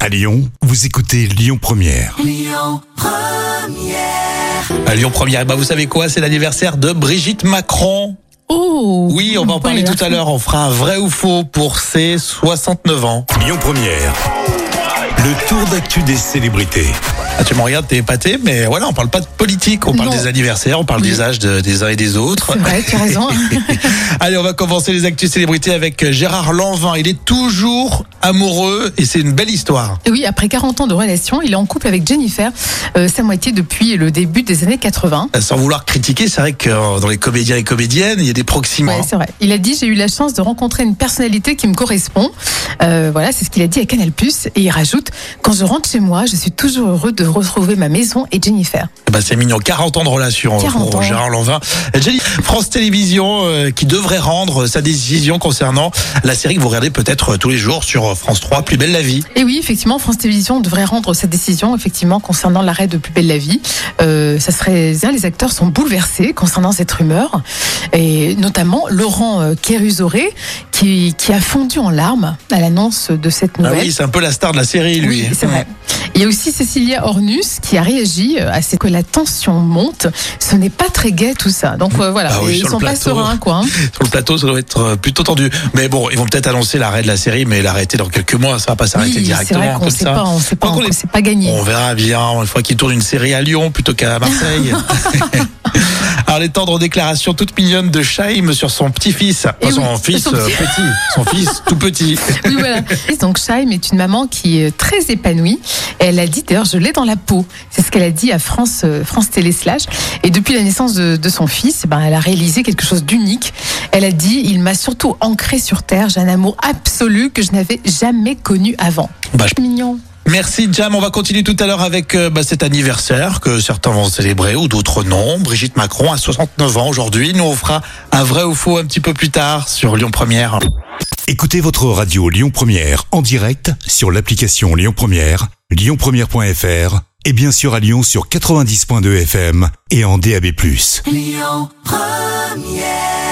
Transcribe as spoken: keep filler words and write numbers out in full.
À Lyon, vous écoutez Lyon Première. Lyon Première. À Lyon Première, bah vous savez quoi, c'est l'anniversaire de Brigitte Macron. Oh, Oui, on va en parler tout à l'heure, on fera un vrai ou faux pour ses soixante-neuf ans. Lyon Première. Le tour d'actu des célébrités. Ah, tu me regardes, t'es épaté, mais voilà, on parle pas de politique, on parle Non. des anniversaires, on parle Oui. des âges de- des uns et des autres. C'est vrai, tu as raison. Allez, on va commencer les actus célébrités avec Gérard Lanvin. Il est toujours amoureux et c'est une belle histoire. Et oui, après quarante ans de relation, il est en couple avec Jennifer, euh, sa moitié depuis le début des années quatre-vingts. Sans vouloir critiquer, c'est vrai que euh, dans les comédiens et comédiennes, il y a des proximats. Ouais, c'est vrai. Il a dit, j'ai eu la chance de rencontrer une personnalité qui me correspond. Euh, voilà, c'est ce qu'il a dit à Canal+. Et il rajoute, quand je rentre chez moi, je suis toujours heureux de retrouver ma maison et Jennifer. Bah, c'est mignon, quarante ans de relation quarante pour ans. Gérard Lanvin. Jenny, France Télévisions euh, qui devrait rendre sa décision concernant la série que vous regardez peut-être tous les jours sur France trois, Plus belle la vie. Et oui, effectivement, France Télévisions devrait rendre sa décision, effectivement, concernant l'arrêt de Plus belle la vie. Euh, ça serait bien, les acteurs sont bouleversés concernant cette rumeur. Et notamment Laurent euh, Kérusoré, qui, qui a fondu en larmes à l'annonce de cette Ah nouvelle. oui, c'est un peu la star de la série, lui. Oui, c'est vrai. Il y a aussi Cécilia Ornus qui a réagi à ce que la tension monte. Ce n'est pas très gai tout ça. Donc euh, voilà, Ah oui, ils sur le sont pas plateau. sereins quoi. hein. Sur le plateau, ça doit être euh, plutôt tendu. Mais bon, ils vont peut-être annoncer l'arrêt de la série, mais l'arrêter dans quelques mois, ça va pas s'arrêter Oui, c'est directement vrai qu'on comme sait ça. pas, on sait pas, Par contre, on- c'est pas gagné. On verra bien, une fois qu'il tourne une série à Lyon plutôt qu'à Marseille. Alors les tendres déclarations toutes mignonnes de Chaim sur son petit-fils. Eh Enfin, son oui, fils son euh, petit- petit. Son fils tout petit. Oui, voilà. Et donc Chaim est une maman qui est très épanouie. Elle a dit, d'ailleurs, je l'ai dans la peau. C'est ce qu'elle a dit à France, euh, France Télé Slash. Et depuis la naissance de, de son fils, ben, elle a réalisé quelque chose d'unique. Elle a dit, il m'a surtout ancré sur terre. J'ai un amour absolu que je n'avais jamais connu avant. Bah, je- Mignon. Merci Jam, on va continuer tout à l'heure avec euh, bah, cet anniversaire que certains vont célébrer ou d'autres non. Brigitte Macron a soixante-neuf ans aujourd'hui. Nous on fera un vrai ou faux un petit peu plus tard sur Lyon Première. Écoutez votre radio Lyon Première en direct sur l'application Lyon Première, lyon première point f r et bien sûr à Lyon sur quatre-vingt-dix point deux F M et en D A B plus. Lyon Première.